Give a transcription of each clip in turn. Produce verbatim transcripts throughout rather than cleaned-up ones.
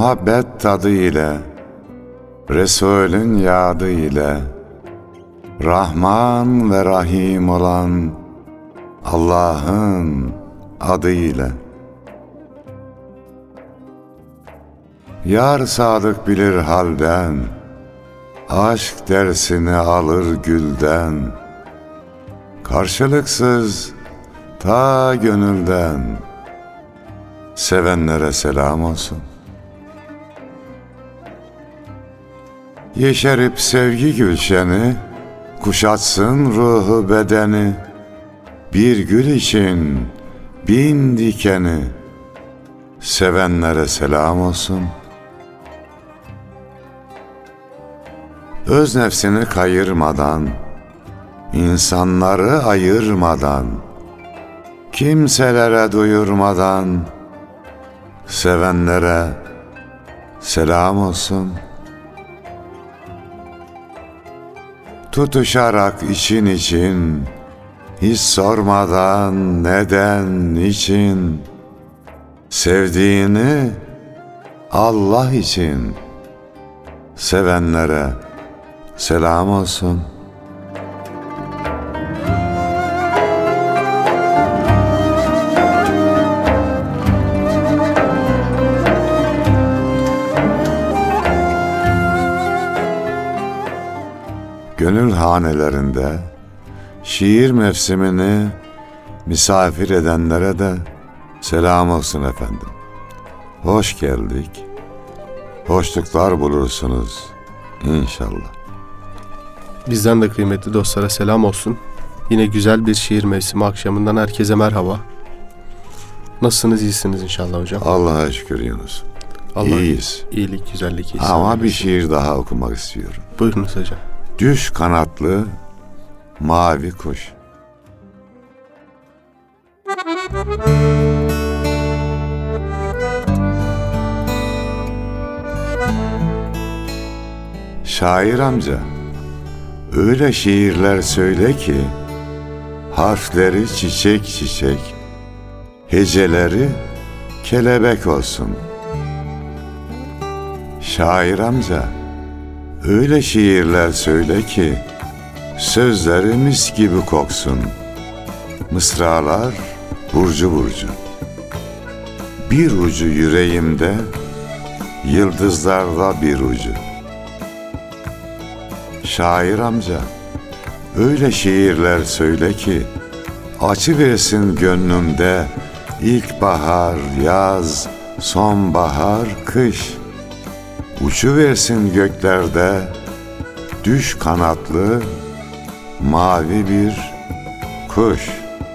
muhabbet tadı ile, Resulün yadı ile, Rahman ve Rahim olan Allah'ın adı ile. Yar sadık bilir halden, aşk dersini alır gülden, karşılıksız ta gönülden, sevenlere selam olsun. Yeşerip sevgi gülşeni, kuşatsın ruhu bedeni, bir gül için bin dikeni, sevenlere selam olsun. Öz nefsini kayırmadan, insanları ayırmadan, kimselere duyurmadan, sevenlere selam olsun. Tutuşarak için için, hiç sormadan neden niçin, sevdiğini Allah için, sevenlere selam olsun. Gönül hanelerinde şiir mevsimini misafir edenlere de selam olsun efendim. Hoş geldik. Hoşluklar bulursunuz inşallah. Bizden de kıymetli dostlara selam olsun. Yine güzel bir şiir mevsimi akşamından herkese merhaba. Nasılsınız, iyisiniz inşallah hocam? Allah'a şükür Yunus. Allah İyiyiz. İyilik, güzellik, iyisin. Ama bir şiir daha okumak istiyorum. Buyurunuz hocam. Düş kanatlı mavi kuş. Şair amca, öyle şiirler söyle ki, harfleri çiçek çiçek, heceleri kelebek olsun. Şair amca, öyle şiirler söyle ki, sözleri mis gibi koksun, mısralar burcu burcu. Bir ucu yüreğimde, yıldızlarda bir ucu. Şair amca, öyle şiirler söyle ki, açıversin gönlümde ilkbahar, yaz, sonbahar, kış. Uçuversin göklerde düş kanatlı mavi bir kuş.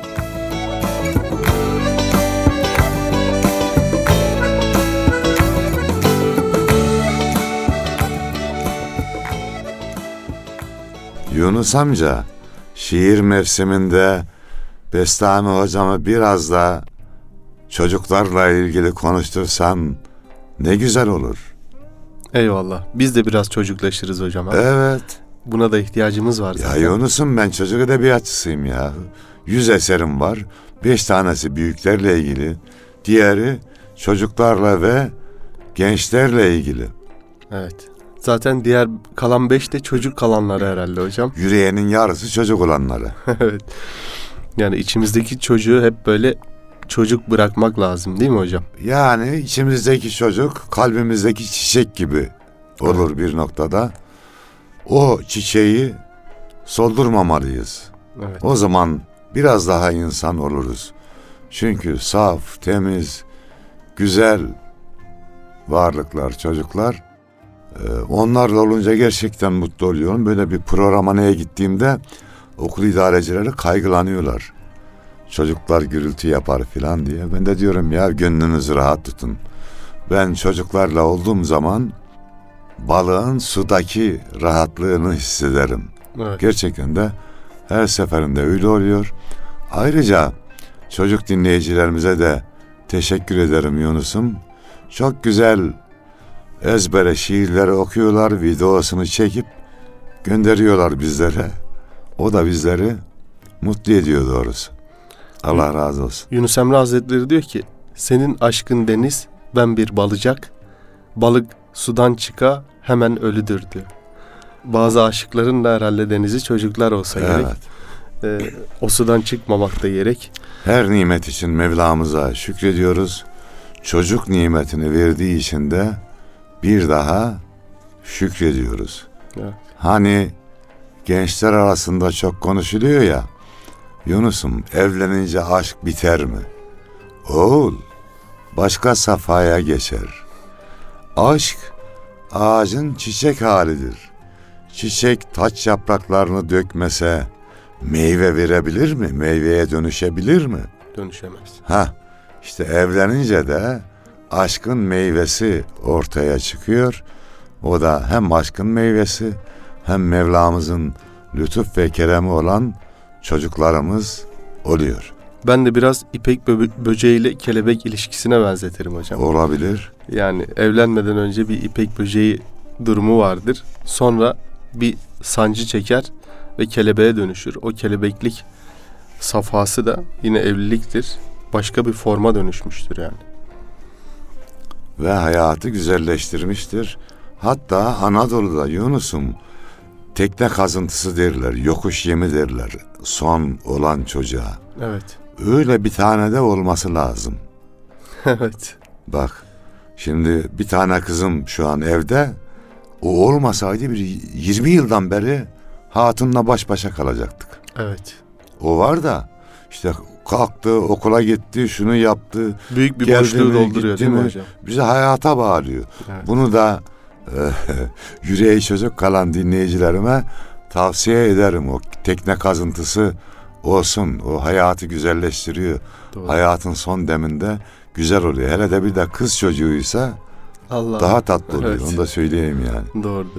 Yunus amca, şiir mevsiminde Bestami hocamı biraz da çocuklarla ilgili konuştursan ne güzel olur. Eyvallah. Biz de biraz çocuklaşırız hocam. Evet. Buna da ihtiyacımız var zaten. Ya Yunus'um, ben çocuk edebiyatçısıyım ya. Yüz eserim var. Beş tanesi büyüklerle ilgili. Diğeri çocuklarla ve gençlerle ilgili. Evet. Zaten diğer kalan beş de çocuk kalanları herhalde hocam. Yüreğinin yarısı çocuk olanları. Evet. Yani içimizdeki çocuğu hep böyle çocuk bırakmak lazım değil mi hocam? Yani içimizdeki çocuk kalbimizdeki çiçek gibi olur, evet, bir noktada. O çiçeği soldurmamalıyız. Evet. O zaman biraz daha insan oluruz. Çünkü saf, temiz, güzel varlıklar, çocuklar. Onlarla olunca gerçekten mutlu oluyorum. Böyle bir programhaneye gittiğimde okul idarecileri kaygılanıyorlar. Çocuklar gürültü yapar filan diye. Ben de diyorum ya, gönlünüzü rahat tutun. Ben çocuklarla olduğum zaman balığın sudaki rahatlığını hissederim. Evet. Gerçekten de her seferinde öyle oluyor. Ayrıca çocuk dinleyicilerimize de teşekkür ederim Yunus'um. Çok güzel ezbere şiirleri okuyorlar, videosunu çekip gönderiyorlar bizlere. O da bizleri mutlu ediyor doğrusu. Allah razı olsun. Yunus Emre Hazretleri diyor ki, senin aşkın deniz, ben bir balıcak, balık sudan çıka hemen ölüdür diyor. Bazı aşıkların da herhalde denizi çocuklar olsa gerek. Evet. Ee, o sudan çıkmamak da gerek. Her nimet için Mevlamıza şükrediyoruz. Çocuk nimetini verdiği için de bir daha şükrediyoruz. Evet. Hani gençler arasında çok konuşuluyor ya, Yunus'um evlenince aşk biter mi? Oğul, başka safhaya geçer. Aşk ağacın çiçek halidir. Çiçek taç yapraklarını dökmese meyve verebilir mi? Meyveye dönüşebilir mi? Dönüşemez. Ha, işte evlenince de aşkın meyvesi ortaya çıkıyor. O da hem aşkın meyvesi hem Mevlamızın lütuf ve keremi olan çocuklarımız oluyor. Ben de biraz ipek bö- böceğiyle kelebek ilişkisine benzetirim hocam. Olabilir. Yani evlenmeden önce bir ipek böceği durumu vardır. Sonra bir sancı çeker ve kelebeğe dönüşür. O kelebeklik safhası da yine evliliktir. Başka bir forma dönüşmüştür yani. Ve hayatı güzelleştirmiştir. Hatta Anadolu'da Yunus'um tekne kazıntısı derler, yokuş yemi derler son olan çocuğa. Evet. Öyle bir tane de olması lazım. Evet. Bak, şimdi bir tane kızım şu an evde, o olmasaydı bir yirmi yıldan beri hatunla baş başa kalacaktık. Evet. O var da işte kalktı, okula gitti, şunu yaptı. Büyük bir geldi boşluğu mi, dolduruyor gitti değil mi mi, hocam? bizi hayata bağlıyor. Evet. Bunu da e, yüreği çocuk kalan dinleyicilerime tavsiye ederim. O tekne kazıntısı olsun. O hayatı güzelleştiriyor. Doğru. Hayatın son deminde güzel oluyor. Hele de bir de kız çocuğuysa Allah. daha tatlı oluyor. Evet. Onu da söyleyeyim yani. Doğrudur.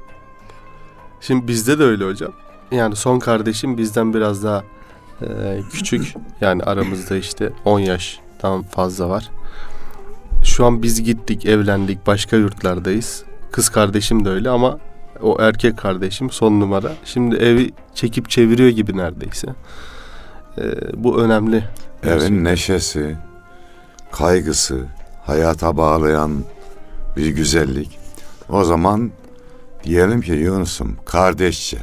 Şimdi bizde de öyle hocam. Yani son kardeşim bizden biraz daha e, küçük. Yani aramızda işte on yaştan fazla var. Şu an biz gittik, evlendik, başka yurtlardayız. Kız kardeşim de öyle ama o erkek kardeşim son numara. Şimdi evi çekip çeviriyor gibi neredeyse. E, bu önemli. Evin neşesi, kaygısı, hayata bağlayan bir güzellik. O zaman diyelim ki Yunus'um kardeşçe.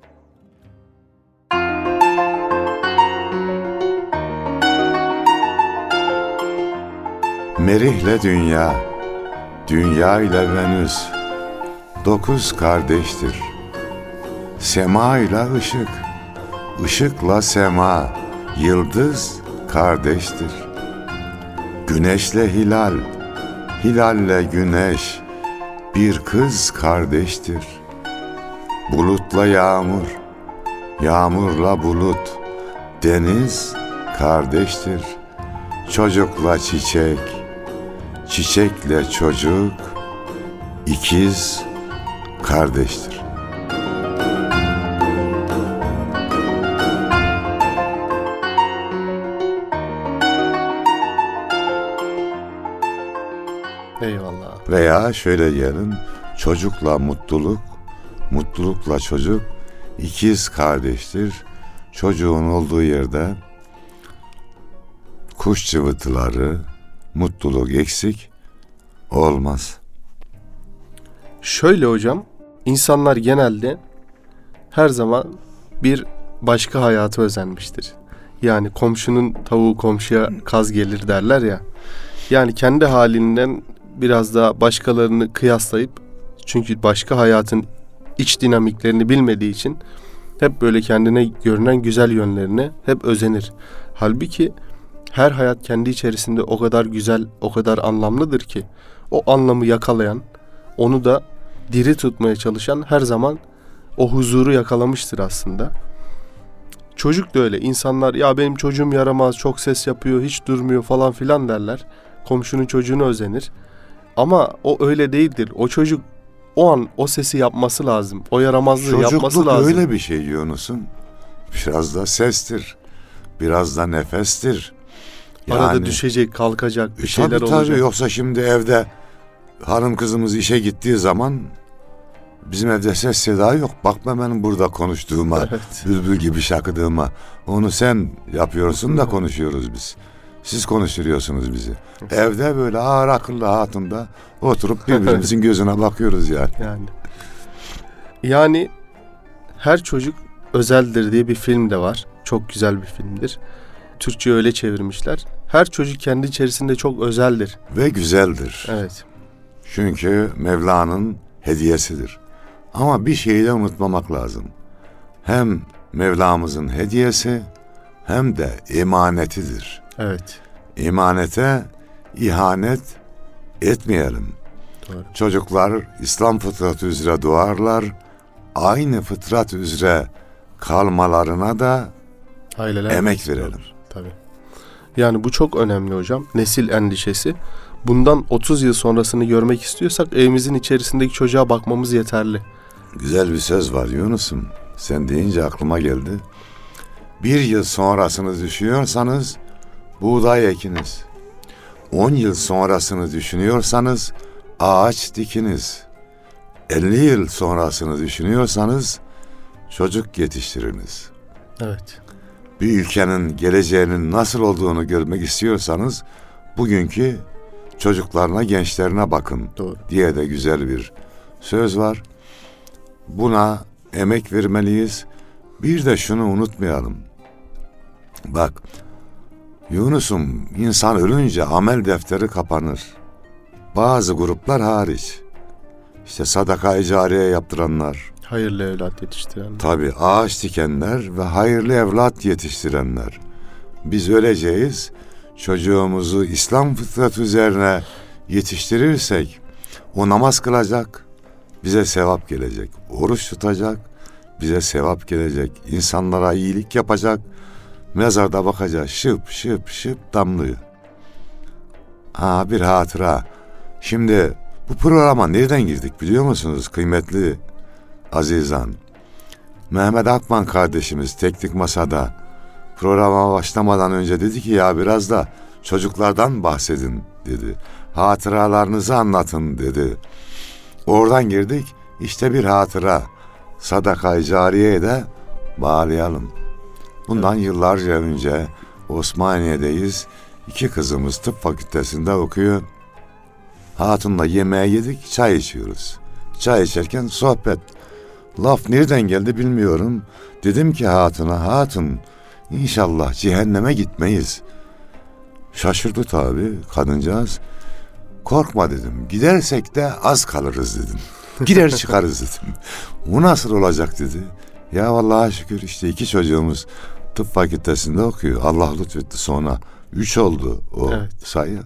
Merih'le dünya, dünya ile Venüs, dokuz kardeştir. Sema ile ışık, ışıkla sema, yıldız kardeştir. Güneşle hilal, hilalle güneş, bir kız kardeştir. Bulutla yağmur, yağmurla bulut, deniz kardeştir. Çocukla çiçek, çiçekle çocuk, ikiz kardeştir. Eyvallah. Veya şöyle diyelim, çocukla mutluluk, mutlulukla çocuk, ikiz kardeştir. Çocuğun olduğu yerde kuş cıvıtıları, mutluluk eksik olmaz. Şöyle hocam, insanlar genelde her zaman bir başka hayata özenmiştir. Yani komşunun tavuğu komşuya kaz gelir derler ya. Yani kendi halinden biraz daha başkalarını kıyaslayıp, çünkü başka hayatın iç dinamiklerini bilmediği için hep böyle kendine görünen güzel yönlerine hep özenir. Halbuki her hayat kendi içerisinde o kadar güzel, o kadar anlamlıdır ki o anlamı yakalayan, onu da diri tutmaya çalışan her zaman o huzuru yakalamıştır aslında. Çocuk da öyle. İnsanlar ya benim çocuğum yaramaz, çok ses yapıyor, hiç durmuyor falan filan derler. Komşunun çocuğuna özenir. Ama o öyle değildir. O çocuk o an o sesi yapması lazım. O yaramazlığı Çocukluk yapması lazım. öyle bir şey Yunus'um. Biraz da sestir. Biraz da nefestir. Yani, Arada düşecek, kalkacak, bir e, şeyler tabii, olacak. tabii. Yoksa şimdi evde hanım kızımız işe gittiği zaman bizim evde ses seda yok. Bakma benim burada konuştuğuma, Evet. bülbül gibi şakıdığıma. Onu sen yapıyorsun da konuşuyoruz biz. Siz konuşturuyorsunuz bizi. Evde böyle ağır akıllı hatunda oturup birbirimizin gözüne bakıyoruz yani. Yani. Yani Her Çocuk Özeldir diye bir film de var. Çok güzel bir filmdir. Türkçe öyle çevirmişler. Her çocuk kendi içerisinde çok özeldir. Ve güzeldir. Evet. Çünkü Mevla'nın hediyesidir. Ama bir şeyi de unutmamak lazım. Hem Mevlamızın hediyesi hem de emanetidir. Evet. İmanete ihanet etmeyelim. Doğru. Çocuklar İslam fıtratı üzere doğarlar. Aynı fıtrat üzere kalmalarına da Aileler emek verelim. Tabii. Yani bu çok önemli hocam. Nesil endişesi. Bundan otuz yıl sonrasını görmek istiyorsak evimizin içerisindeki çocuğa bakmamız yeterli. Güzel bir söz var Yunus'um. Sen deyince aklıma geldi. Bir yıl sonrasını düşünüyorsanız buğday ekiniz. On yıl sonrasını düşünüyorsanız ağaç dikiniz. Elli yıl sonrasını düşünüyorsanız çocuk yetiştiriniz. Evet. Bir ülkenin geleceğinin nasıl olduğunu görmek istiyorsanız bugünkü çocuklarına, gençlerine bakın. Doğru. Diye de güzel bir söz var. Buna emek vermeliyiz. Bir de şunu unutmayalım. Bak, Yunus'um, insan ölünce amel defteri kapanır. Bazı gruplar hariç. İşte sadaka-i cariye yaptıranlar. Hayırlı evlat yetiştirenler. Tabii ağaç dikenler ve hayırlı evlat yetiştirenler. Biz öleceğiz. Çocuğumuzu İslam fıtratı üzerine yetiştirirsek o namaz kılacak, bize sevap gelecek. Oruç tutacak, bize sevap gelecek. İnsanlara iyilik yapacak. Mezarda bakacağız, şıp şıp şıp damlıyor. Ha, bir hatıra. Şimdi bu programa nereden girdik biliyor musunuz kıymetli azizan? Mehmet Akman kardeşimiz Teknik Masa'da programa başlamadan önce dedi ki ya biraz da çocuklardan bahsedin dedi. Hatıralarınızı anlatın dedi. Oradan girdik. İşte bir hatıra. Sadaka-i cariyeye de bağlayalım. Bundan evet. Yıllarca önce Osmaniye'deyiz. İki kızımız tıp fakültesinde okuyor. Hatunla yemeğe yedik, çay içiyoruz. Çay içerken sohbet. Laf nereden geldi bilmiyorum. Dedim ki hatuna, hatun inşallah cehenneme gitmeyiz. Şaşırdı tabii kadıncağız. Korkma dedim. Gidersek de az kalırız dedim. Gider çıkarız dedim. O nasıl olacak dedi. Ya vallahi şükür işte iki çocuğumuz tıp fakültesinde okuyor. Allah lütfetti sonra. Üç oldu o evet. sayı.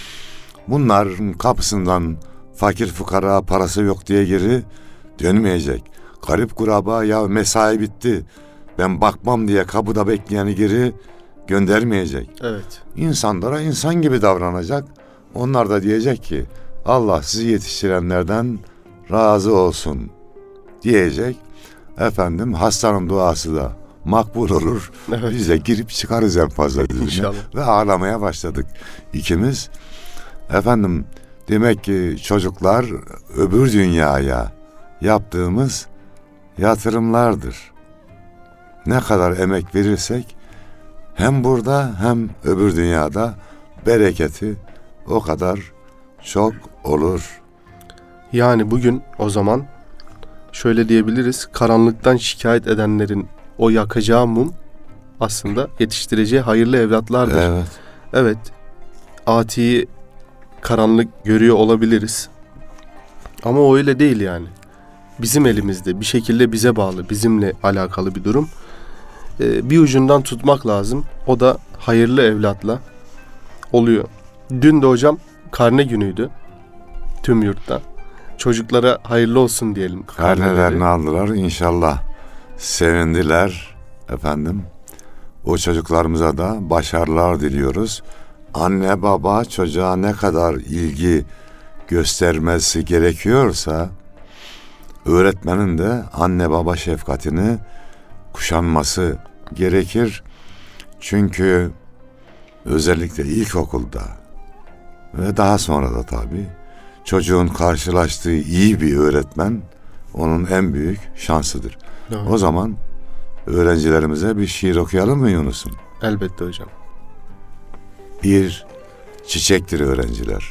Bunların kapısından fakir fukara parası yok diye geri dönmeyecek. Garip kuraba ya mesai bitti. Ben bakmam diye kapıda bekleyeni geri göndermeyecek. Evet. İnsanlara insan gibi davranacak. Onlar da diyecek ki Allah sizi yetiştirenlerden razı olsun diyecek. Efendim hastanın duası da makbul olur. Evet. Biz de girip çıkarız en fazla dilime. Ve ağlamaya başladık ikimiz. Efendim demek ki çocuklar öbür dünyaya yaptığımız yatırımlardır. Ne kadar emek verirsek hem burada hem öbür dünyada bereketi o kadar çok olur. Yani bugün o zaman şöyle diyebiliriz. Karanlıktan şikayet edenlerin o yakacağı mum aslında yetiştireceği hayırlı evlatlardır. Evet. Evet. Ati'yi karanlık görüyor olabiliriz. Ama o öyle değil yani. Bizim elimizde, bir şekilde bize bağlı, bizimle alakalı bir durum. Ee, bir ucundan tutmak lazım. O da hayırlı evlatla oluyor. Dün de hocam karne günüydü. Tüm yurtta. Çocuklara hayırlı olsun diyelim. Karnelerini aldılar inşallah. Sevindiler efendim. O çocuklarımıza da başarılar diliyoruz. Anne baba çocuğa ne kadar ilgi göstermesi gerekiyorsa öğretmenin de anne baba şefkatini kuşanması gerekir. Çünkü özellikle ilkokulda ve daha sonra da tabii çocuğun karşılaştığı iyi bir öğretmen onun en büyük şansıdır. Evet. O zaman öğrencilerimize bir şiir okuyalım mı Yunus'um? Elbette hocam. bir çiçektir öğrenciler.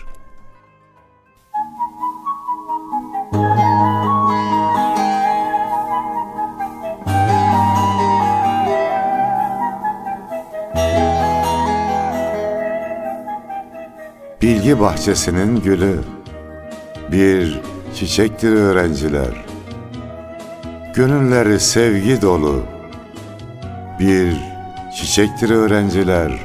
Bilgi bahçesinin gülü bir çiçektir öğrenciler. Gönülleri sevgi dolu bir çiçektir öğrenciler.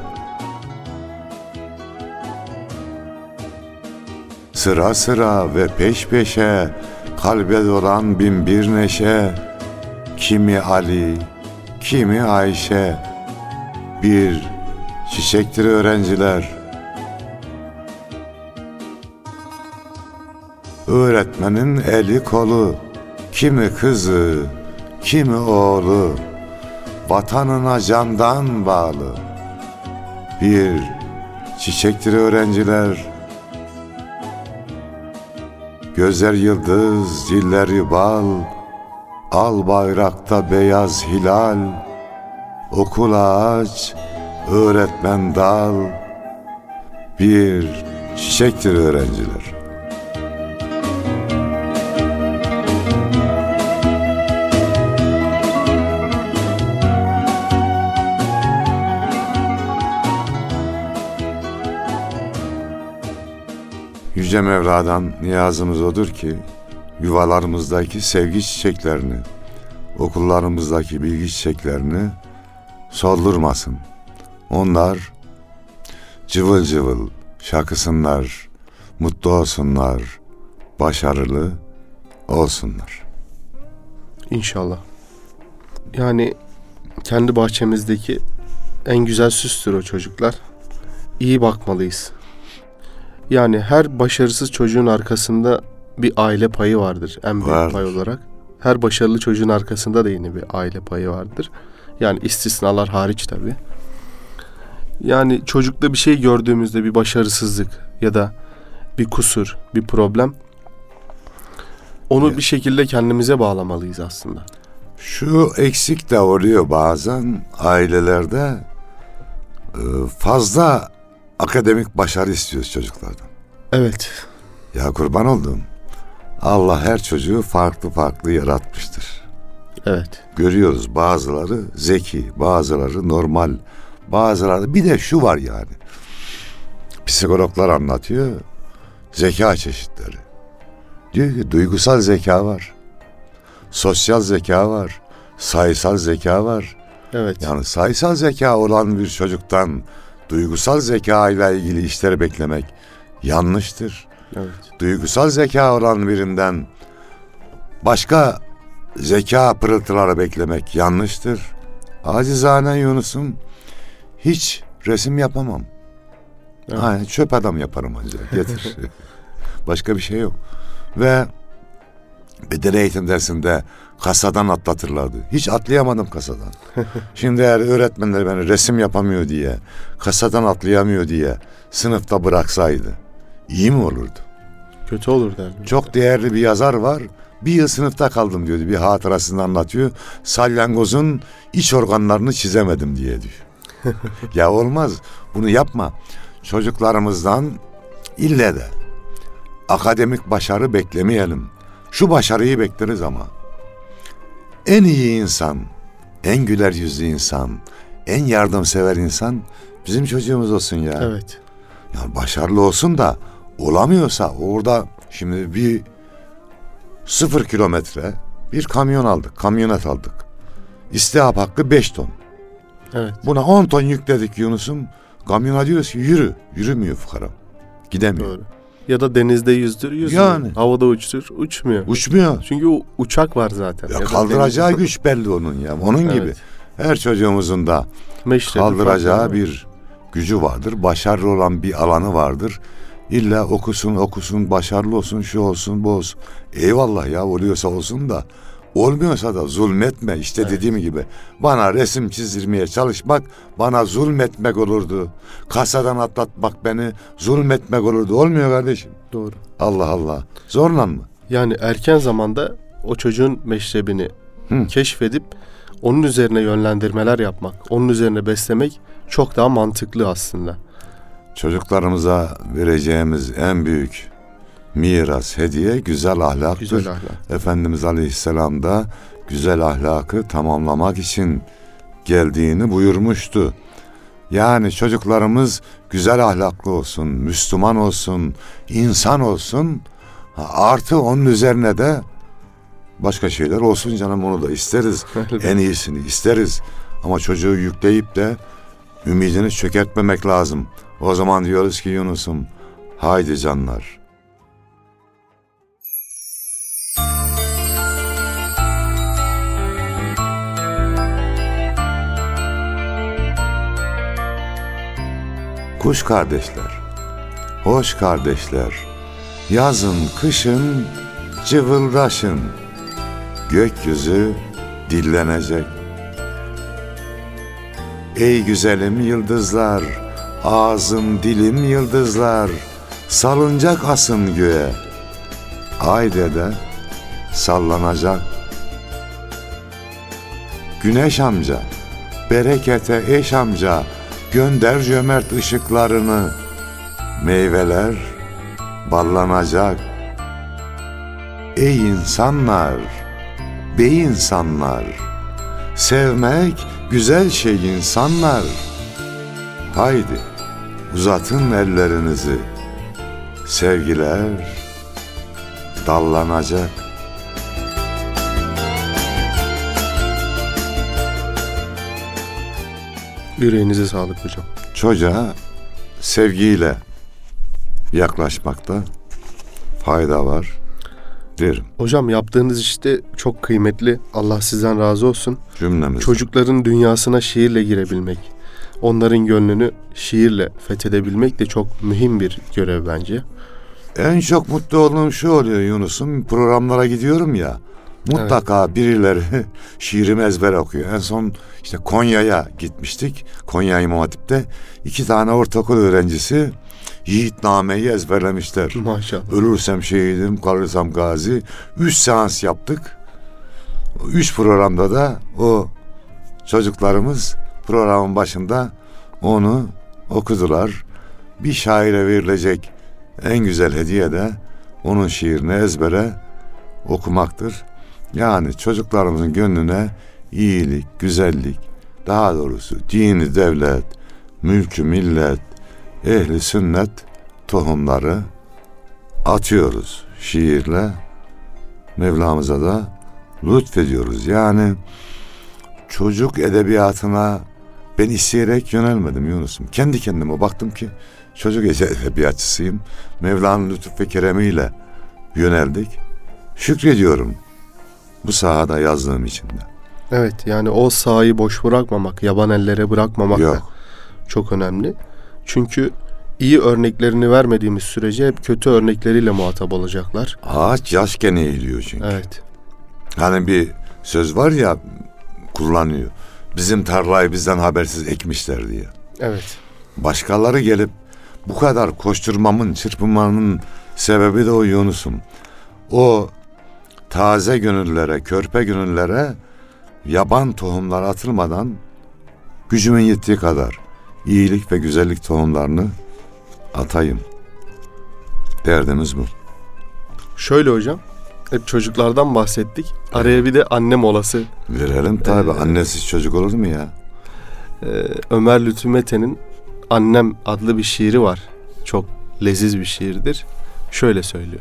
Sıra sıra ve peş peşe kalbe dolan bin bir neşe. Kimi Ali, kimi Ayşe bir çiçektir öğrenciler. Öğretmenin eli kolu, kimi kızı, kimi oğlu, vatanına candan bağlı bir çiçektir öğrenciler. Gözler yıldız, dilleri bal, al bayrakta beyaz hilal, okul ağaç, öğretmen dal, bir çiçektir öğrenciler. Yüce Mevla'dan niyazımız odur ki yuvalarımızdaki sevgi çiçeklerini, okullarımızdaki bilgi çiçeklerini soldurmasın. Onlar cıvıl cıvıl şakısınlar, mutlu olsunlar, başarılı olsunlar. İnşallah. Yani kendi bahçemizdeki en güzel süstür o çocuklar. İyi bakmalıyız. Yani her başarısız çocuğun arkasında bir aile payı vardır en büyük Vardır. pay olarak. Her başarılı çocuğun arkasında da yine bir aile payı vardır. Yani istisnalar hariç tabii. Yani çocukta bir şey gördüğümüzde bir başarısızlık ya da bir kusur, bir problem, onu Evet. bir şekilde kendimize bağlamalıyız aslında. Şu eksik de oluyor bazen ailelerde, fazla akademik başarı istiyoruz çocuklardan. Evet. Ya kurban oldum. Allah her çocuğu farklı farklı yaratmıştır. Evet. Görüyoruz, bazıları zeki, bazıları normal, bazıları, bir de şu var yani. Psikologlar anlatıyor. Zeka çeşitleri. Diyor ki duygusal zeka var. Sosyal zeka var. Sayısal zeka var. Evet. Yani sayısal zeka olan bir çocuktan duygusal zeka ile ilgili işleri beklemek yanlıştır. Evet. Duygusal zeka olan birinden başka zeka pırıltıları beklemek yanlıştır. Acizane Yunus'um, hiç resim yapamam. Evet. Aynen, çöp adam yaparım ancak. Getir. Başka bir şey yok. Ve beden eğitim dersinde kasadan atlatırlardı. Hiç atlayamadım kasadan. Şimdi eğer öğretmenler beni resim yapamıyor diye, kasadan atlayamıyor diye sınıfta bıraksaydı iyi mi olurdu? Kötü olur derdim. Çok değerli bir yazar var. Bir yıl sınıfta kaldım diyordu. Bir hatırasını anlatıyor. Salyangozun iç organlarını çizemedim diye diyor. Ya olmaz. Bunu yapma. Çocuklarımızdan ille de akademik başarı beklemeyelim. Şu başarıyı bekleriz ama. En iyi insan, en güler yüzlü insan, en yardımsever insan bizim çocuğumuz olsun ya. Evet. Yani başarılı olsun da olamıyorsa orada şimdi bir sıfır kilometre bir kamyon aldık, kamyonet aldık. İstihap hakkı beş ton. Evet. Buna on ton yükledik Yunus'um. Kamyona diyoruz ki yürü. Yürümüyor fukara. Gidemiyor. Doğru. Ya da denizde yüzdür, yüzmüyor. Yani. Havada uçtur, uçmuyor. Uçmuyor. Çünkü o uçak var zaten. Ya Ya da kaldıracağı deniz- güç belli onun ya. Onun Evet. gibi. Her çocuğumuzun da Meşrebi kaldıracağı farklı. bir gücü vardır. Başarılı olan bir alanı vardır. İlla okusun okusun, başarılı olsun, şu olsun, bu olsun. Eyvallah ya, oluyorsa olsun da olmuyorsa da zulmetme. İşte Evet. dediğim gibi bana resim çizdirmeye çalışmak bana zulmetmek olurdu. Kasadan atlatmak beni zulmetmek olurdu. Olmuyor kardeşim. Doğru. Allah Allah. Zorla mı? Yani erken zamanda o çocuğun meşrebini Hı. keşfedip onun üzerine yönlendirmeler yapmak, onun üzerine beslemek çok daha mantıklı aslında. çocuklarımıza vereceğimiz en büyük miras, hediye güzel ahlaktır. Güzel ahlak. Efendimiz Aleyhisselam da güzel ahlakı tamamlamak için geldiğini buyurmuştu. Yani çocuklarımız güzel ahlaklı olsun, Müslüman olsun, insan olsun. Artı onun üzerine de başka şeyler olsun canım, onu da isteriz. En iyisini isteriz. Ama çocuğu yükleyip de ümidini çökertmemek lazım. O zaman diyoruz ki Yunus'um, haydi canlar. Kuş kardeşler, hoş kardeşler, yazın kışın cıvıldaşın, gökyüzü dillenecek. Ey güzelim yıldızlar, ağzım dilim yıldızlar, salıncak asın göğe, ay dede sallanacak. Güneş amca, berekete eş amca, gönder cömert ışıklarını, meyveler ballanacak. Ey insanlar, bey insanlar, sevmek güzel şey insanlar. Haydi uzatın ellerinizi, sevgiler dallanacak. Yüreğinize sağlık hocam. Çocuğa sevgiyle yaklaşmakta fayda var derim. Hocam yaptığınız işte çok kıymetli. Allah sizden razı olsun. Cümlemiz. Çocukların dünyasına şiirle girebilmek, onların gönlünü şiirle fethedebilmek de çok mühim bir görev bence. En çok mutlu olduğum şu oluyor Yunus'um, programlara gidiyorum ya, mutlaka evet, birileri şiirimi ezber okuyor. En son işte Konya'ya gitmiştik. Konya İmam Hatip'te iki tane ortaokul öğrencisi Yiğitname'yi ezberlemişler. Maşallah. Ölürsem şehidim, kalırsam gazi. Üç seans yaptık. Üç programda da o çocuklarımız programın başında onu okudular. Bir şaire verilecek en güzel hediye de onun şiirini ezbere okumaktır. Yani çocuklarımızın gönlüne iyilik, güzellik, daha doğrusu dini devlet, mülkü millet, ehli sünnet tohumları atıyoruz şiirle. Mevlamıza da lütfediyoruz. Yani çocuk edebiyatına ben isteyerek yönelmedim Yunus'um. Kendi kendime baktım ki çocuk edebiyatçısıyım. Mevla'nın lütuf ve keremiyle yöneldik. Şükrediyorum bu sahada yazdığım için de. Evet, yani o sahayı boş bırakmamak, yaban ellere bırakmamak Yok. da çok önemli. Çünkü iyi örneklerini vermediğimiz sürece hep kötü örnekleriyle muhatap olacaklar. Ağaç yaşken eğiliyor çünkü. Evet. Hani bir söz var ya, kullanıyor. Bizim tarlayı bizden habersiz ekmişler diye. Evet. Başkaları gelip bu kadar koşturmamın, çırpınmanın sebebi de o Yunus'um. O taze gönüllere, körpe gönüllere yaban tohumlar atılmadan gücümün yettiği kadar iyilik ve güzellik tohumlarını atayım. Derdimiz bu. Şöyle hocam, hep çocuklardan bahsettik. Araya bir de anne molası. Verelim tabi. Ee, annesiz çocuk olur mu ya? E, Ömer Lütfü Mete'nin Annem adlı bir şiiri var. Çok leziz bir şiirdir. Şöyle söylüyor.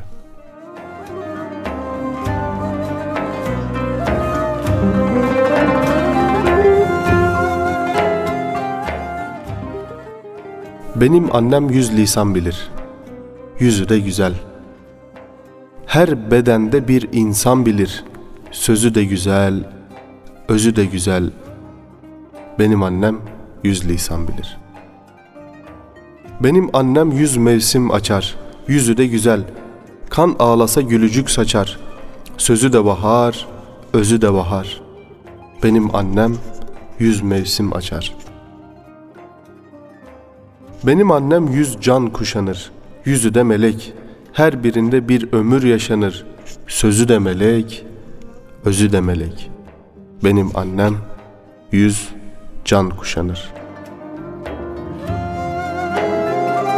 Benim annem yüz lisan bilir. Yüzü de güzel. Her bedende bir insan bilir. Sözü de güzel, özü de güzel. Benim annem yüz lisan bilir. Benim annem yüz mevsim açar. Yüzü de güzel. Kan ağlasa gülücük saçar. Sözü de bahar, özü de bahar. Benim annem yüz mevsim açar. Benim annem yüz can kuşanır. Yüzü de melek. Her birinde bir ömür yaşanır. Sözü de melek, özü de melek. Benim annem yüz can kuşanır.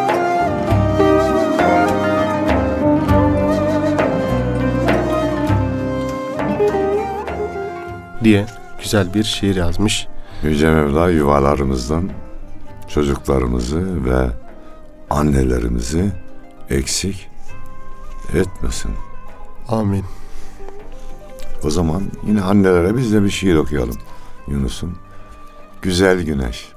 diye güzel bir şiir yazmış. Yüce Mevla yuvalarımızdan çocuklarımızı ve annelerimizi eksik etmesin. Amin. O zaman yine annelere biz de bir şiir okuyalım Yunus'un. Güzel Güneş.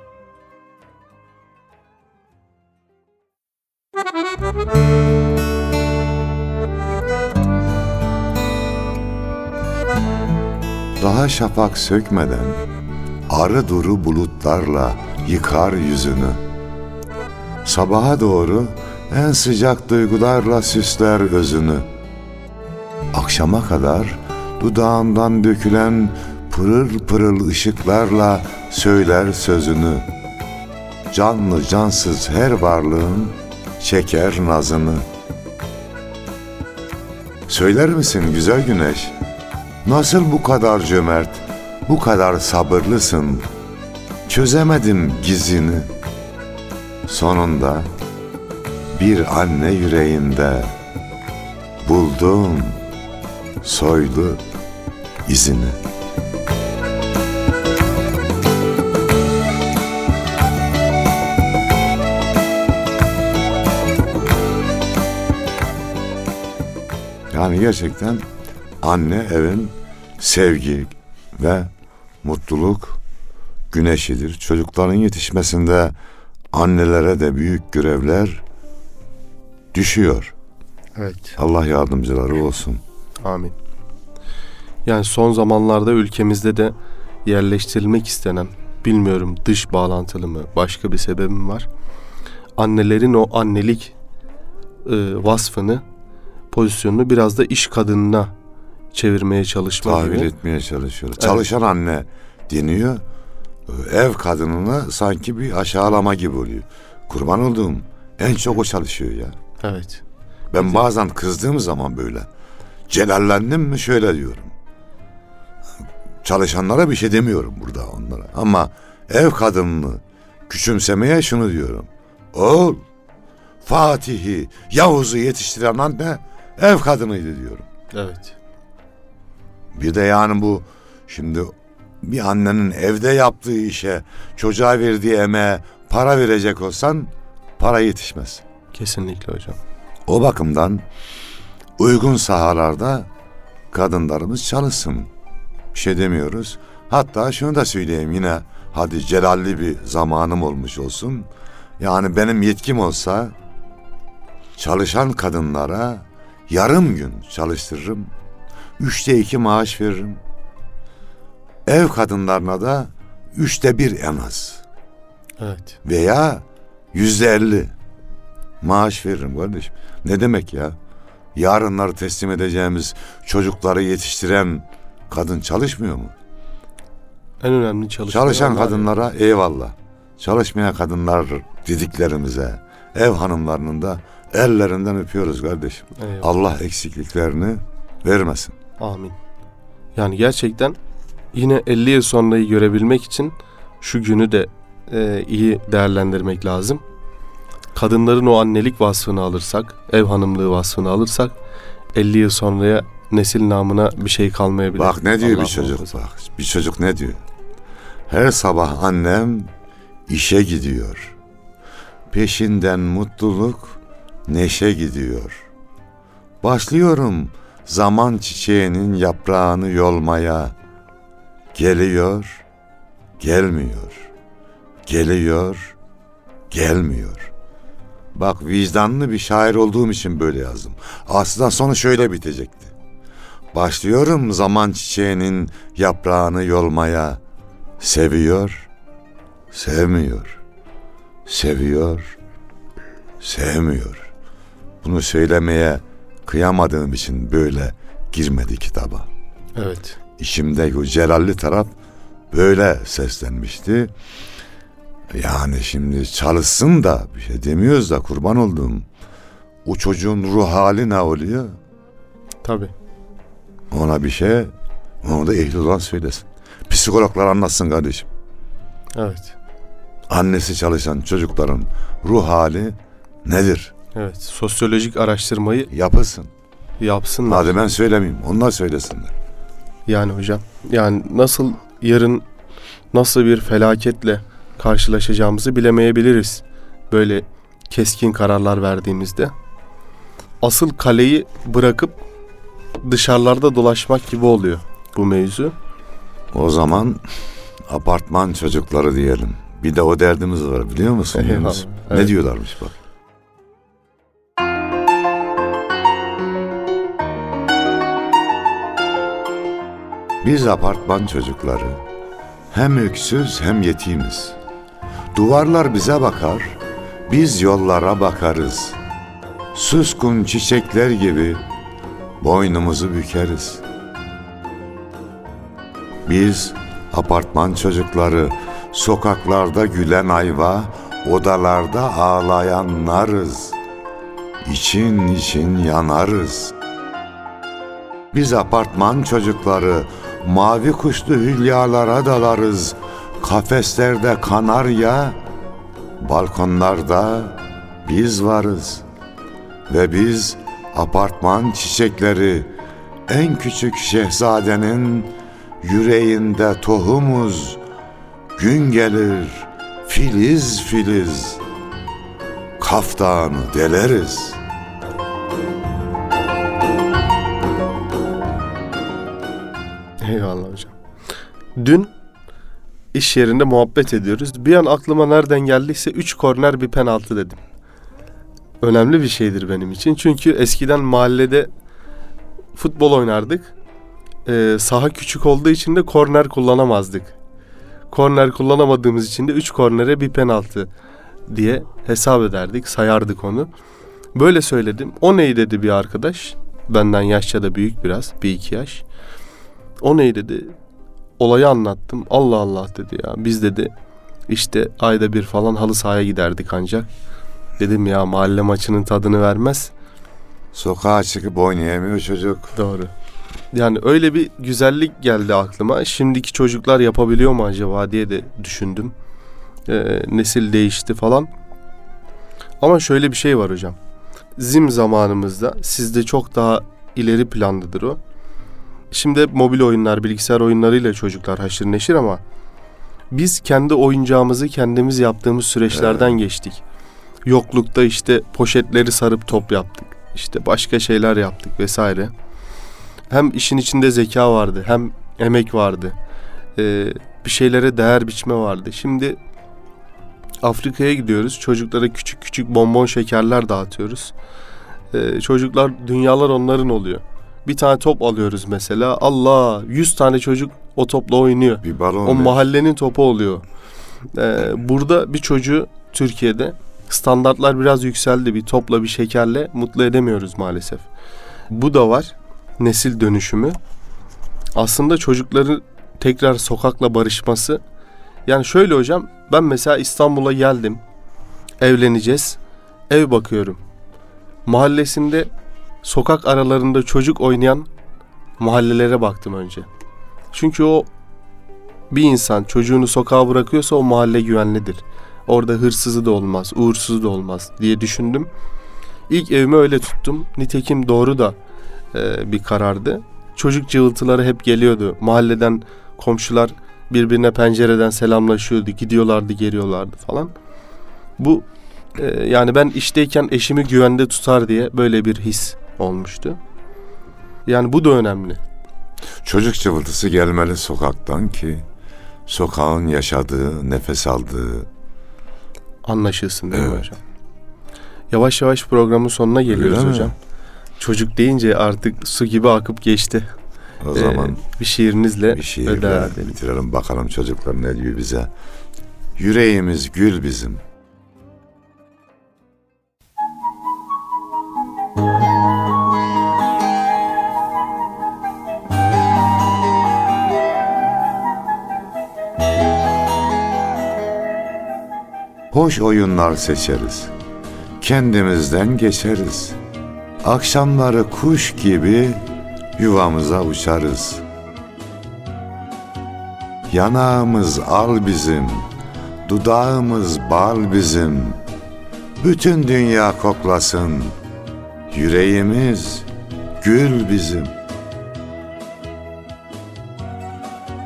Daha şafak sökmeden arı duru bulutlarla yıkar yüzünü. Sabaha doğru en sıcak duygularla süsler özünü. Akşama kadar dudağından dökülen pırıl pırıl ışıklarla söyler sözünü. Canlı cansız her varlığın çeker nazını. Söyler misin güzel güneş, nasıl bu kadar cömert, bu kadar sabırlısın? Çözemedim gizini. Sonunda bir anne yüreğinde buldum soylu izini. Yani gerçekten anne evin sevgi ve mutluluk güneşidir. Çocukların yetişmesinde annelere de büyük görevler düşüyor. Evet. Allah yardımcıları olsun. Amin. Yani son zamanlarda ülkemizde de yerleştirilmek istenen, bilmiyorum dış bağlantılı mı, başka bir sebebi mi var? Annelerin o annelik e, vasfını, pozisyonunu biraz da iş kadınına çevirmeye çalışma Tahvil gibi. etmeye çalışıyor. Evet. Çalışan anne deniyor. Ev kadınına sanki bir aşağılama gibi oluyor. Kurban olduğum en çok o çalışıyor ya. Evet. Ben bazen kızdığım zaman böyle celallendim mi şöyle diyorum. Çalışanlara bir şey demiyorum burada onlara. Ama ev kadınını küçümsemeye şunu diyorum. Oğul, Fatih'i, Yavuz'u yetiştiren anne ev kadınıydı diyorum. Evet. Bir de yani bu şimdi bir annenin evde yaptığı işe, çocuğa verdiği emeğe para verecek olsan para yetişmez. Kesinlikle hocam. O bakımdan uygun sahalarda kadınlarımız çalışsın. Bir şey demiyoruz. Hatta şunu da söyleyeyim yine, hadi celalli bir zamanım olmuş olsun. Yani benim yetkim olsa çalışan kadınlara yarım gün çalıştırırım. Üçte iki maaş veririm. Ev kadınlarına da üçte bir en az. Evet. Veya yüzde elli maaş veririm kardeşim. Ne demek ya? Yarınları teslim edeceğimiz çocukları yetiştiren kadın çalışmıyor mu? En önemli çalışma. Çalışan kadınlara eyvallah. Çalışmayan kadınlar dediklerimize, ev hanımlarının da ellerinden öpüyoruz kardeşim. Eyvallah. Allah eksikliklerini vermesin. Amin. Yani gerçekten yine elli yıl sonrayı görebilmek için şu günü de e, iyi değerlendirmek lazım. Kadınların o annelik vasfını alırsak, ev hanımlığı vasfını alırsak elli yıl sonraya nesil namına bir şey kalmayabilir. Bak ne diyor Allah bir çocuk muhafaza. bak. Bir çocuk ne diyor? Her sabah annem işe gidiyor. Peşinden mutluluk, neşe gidiyor. Başlıyorum zaman çiçeğinin yaprağını yolmaya. Geliyor, gelmiyor. Geliyor, gelmiyor. Bak vicdanlı bir şair olduğum için böyle yazdım. Aslında sonu şöyle bitecekti. Başlıyorum zaman çiçeğinin yaprağını yolmaya. Seviyor, sevmiyor. Seviyor, sevmiyor. Bunu söylemeye kıyamadığım için böyle girmedi kitaba. Evet. İçimdeki o celalli taraf böyle seslenmişti. Yani şimdi çalışsın da bir şey demiyoruz da kurban olduğum. O çocuğun ruh hali ne oluyor? Tabii. Ona bir şey, onu da ehli olan söylesin. Psikologlar anlatsın kardeşim. Evet. Annesi çalışan çocukların ruh hali nedir? Evet. Sosyolojik araştırmayı Yapılsın. yapsınlar. Hadi ben söylemeyeyim, onlar söylesinler. Yani hocam, yani nasıl yarın nasıl bir felaketle karşılaşacağımızı bilemeyebiliriz. Böyle keskin kararlar verdiğimizde. Asıl kaleyi bırakıp dışarılarda dolaşmak gibi oluyor bu mevzu. O zaman apartman çocukları diyelim. Bir de o derdimiz var, biliyor musun? Eyvallah, Yunus? evet. Ne diyorlarmış bak. Biz apartman çocukları hem öksüz hem yetimiz. Duvarlar bize bakar, biz yollara bakarız. Suskun çiçekler gibi boynumuzu bükeriz. Biz apartman çocukları, sokaklarda gülen ayva, odalarda ağlayanlarız. İçin için yanarız. Biz apartman çocukları, mavi kuşlu hülyalara dalarız. Kafeslerde kanarya, balkonlarda biz varız. Ve biz apartman çiçekleri, en küçük şehzadenin yüreğinde tohumuz. Gün gelir filiz filiz, kaftanı deleriz. Eyvallah hocam. Dün iş yerinde muhabbet ediyoruz. Bir an aklıma nereden geldiyse üç korner bir penaltı dedim. Önemli bir şeydir benim için. Çünkü eskiden mahallede futbol oynardık. Ee, saha küçük olduğu için de korner kullanamazdık. Korner kullanamadığımız için de üç kornere bir penaltı diye hesap ederdik, sayardık onu. Böyle söyledim. O ney dedi bir arkadaş. Benden yaşça da büyük biraz, bir iki yaş. O ney dedi. Olayı anlattım. Allah Allah dedi ya. Biz dedi işte ayda bir falan halı sahaya giderdik ancak. Dedim ya, mahalle maçının tadını vermez. Sokağa çıkıp oynayamıyor çocuk. Doğru. Yani öyle bir güzellik geldi aklıma. Şimdiki çocuklar yapabiliyor mu acaba diye de düşündüm. Ee, nesil değişti falan. Ama şöyle bir şey var hocam. Bizim zamanımızda, sizde çok daha ileri planlıdır o. Şimdi mobil oyunlar, bilgisayar oyunlarıyla çocuklar haşır neşir ama biz kendi oyuncağımızı kendimiz yaptığımız süreçlerden evet. geçtik. Yoklukta işte poşetleri sarıp top yaptık. İşte başka şeyler yaptık vesaire. Hem işin içinde zeka vardı, hem emek vardı. Ee, bir şeylere değer biçme vardı. Şimdi Afrika'ya gidiyoruz. Çocuklara küçük küçük bonbon şekerler dağıtıyoruz. Ee, çocuklar, dünyalar onların oluyor. Bir tane top alıyoruz mesela. Allah, yüz tane çocuk o topla oynuyor. Bir balon. O mahallenin topu oluyor. Ee, burada bir çocuğu Türkiye'de standartlar biraz yükseldi. Bir topla, bir şekerle mutlu edemiyoruz maalesef. Bu da var. Nesil dönüşümü. Aslında çocukların tekrar sokakla barışması. Yani şöyle hocam, ben mesela İstanbul'a geldim. Evleneceğiz. Ev bakıyorum. Mahallesinde sokak aralarında çocuk oynayan mahallelere baktım önce. Çünkü o bir insan çocuğunu sokağa bırakıyorsa o mahalle güvenlidir. Orada hırsızı da olmaz, uğursuzu da olmaz diye düşündüm. İlk evimi öyle tuttum. Nitekim doğru da e, bir karardı. Çocuk cıvıltıları hep geliyordu. Mahalleden komşular birbirine pencereden selamlaşıyordu. Gidiyorlardı, geliyorlardı falan. Bu e, yani ben işteyken eşimi güvende tutar diye böyle bir his olmuştu. Yani bu da önemli. Çocuk cıvıltısı gelmeli sokaktan ki sokağın yaşadığı, nefes aldığı anlaşılsın değil evet. mi hocam? Yavaş yavaş programın sonuna geliyoruz öyle hocam. Mi? Çocuk deyince artık su gibi akıp geçti. O zaman ee, bir şiirinizle bir şiirle bitirelim bakalım çocuklar ne diyor bize. Yüreğimiz gül bizim. Hoş oyunlar seçeriz. Kendimizden geçeriz. Akşamları kuş gibi yuvamıza uçarız. Yanağımız al bizim, dudağımız bal bizim. Bütün dünya koklasın, yüreğimiz gül bizim.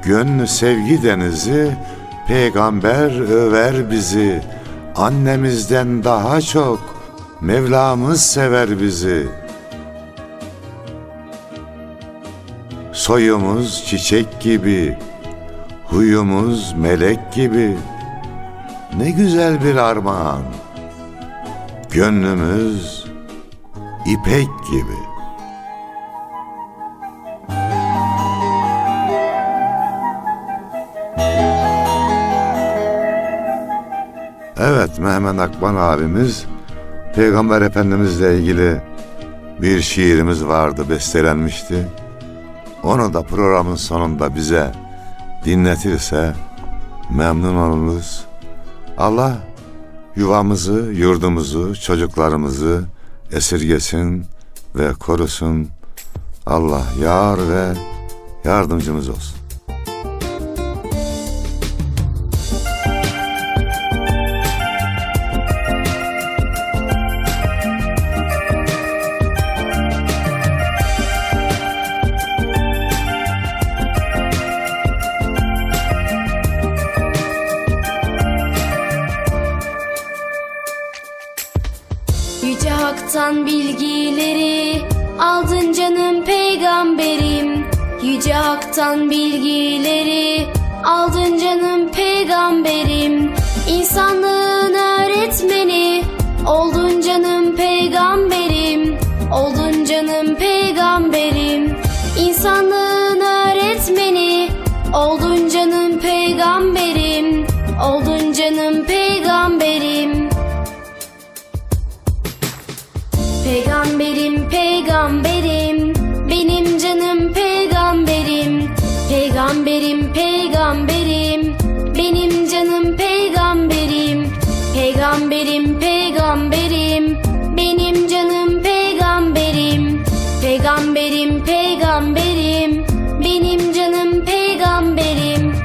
Gönlü sevgi denizi, peygamber över bizi. Annemizden daha çok Mevlamız sever bizi. Soyumuz çiçek gibi, huyumuz melek gibi. Ne güzel bir armağan. Gönlümüz ipek gibi. Evet, Mehmet Akban abimiz Peygamber Efendimizle ilgili bir şiirimiz vardı, bestelenmişti. Onu da programın sonunda bize dinletirse memnun oluruz. Allah yuvamızı, yurdumuzu, çocuklarımızı esirgesin ve korusun. Allah yar ve yardımcımız olsun. Yüce Hak'tan bilgileri aldın canım peygamberim. Yüce Hak'tan bilgileri aldın canım peygamberim. İnsanlığın öğretmeni oldun canım peygamberim. Oldun canım peygamberim. İnsanlığın öğretmeni oldun canım peygamberim. Oldun canım peygamberim. Peygamberim, peygamberim, benim canım peygamberim. Peygamberim, peygamberim, benim canım peygamberim. Peygamberim, peygamberim, benim canım peygamberim. Peygamberim, peygamberim, benim canım peygamberim.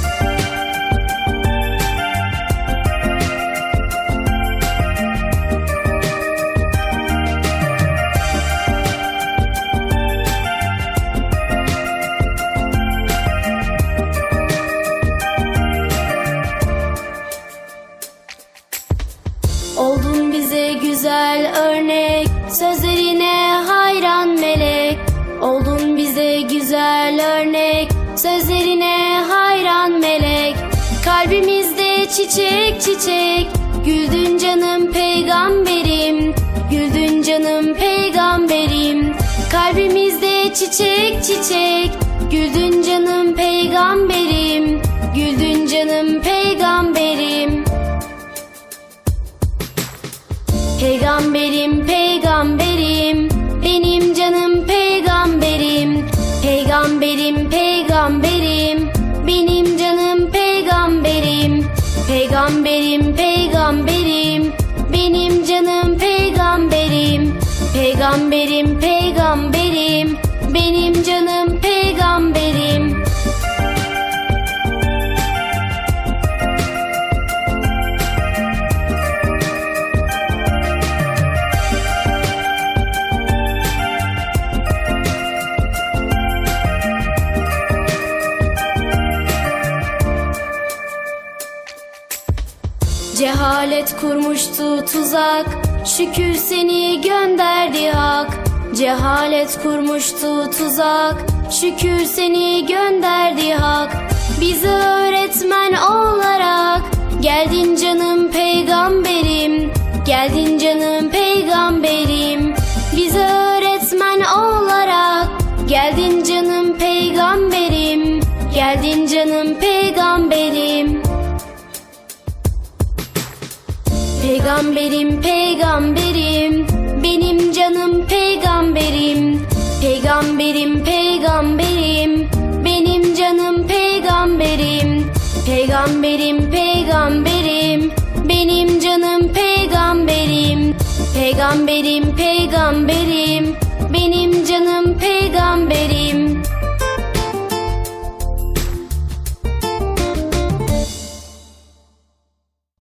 Oldun bize güzel örnek, sözlerine hayran melek. Oldun bize güzel örnek, sözlerine hayran melek. Kalbimizde çiçek çiçek, güldün canım peygamberim. Güldün canım peygamberim. Kalbimizde çiçek çiçek, güldün canım peygamberim. Güldün canım peygamberim. Peygamberim, peygamberim, benim canım peygamberim. Peygamberim, peygamberim, benim canım peygamberim. Peygamberim, peygamberim, benim canım peygamberim. Peygamberim, peygamberim, benim canım peygamberim. Cehalet kurmuştu tuzak, şükür seni gönderdi hak. Cehalet kurmuştu tuzak, şükür seni gönderdi hak. Bize öğretmen olarak geldin canım peygamberim. Geldin canım peygamberim. Bize öğretmen olarak geldin canım peygamberim. Geldin canım peygamberim. Peygamberim, peygamberim, benim canım peygamberim. Peygamberim, peygamberim, benim canım peygamberim. Peygamberim, peygamberim, benim canım peygamberim. Peygamberim, peygamberim, benim canım peygamberim.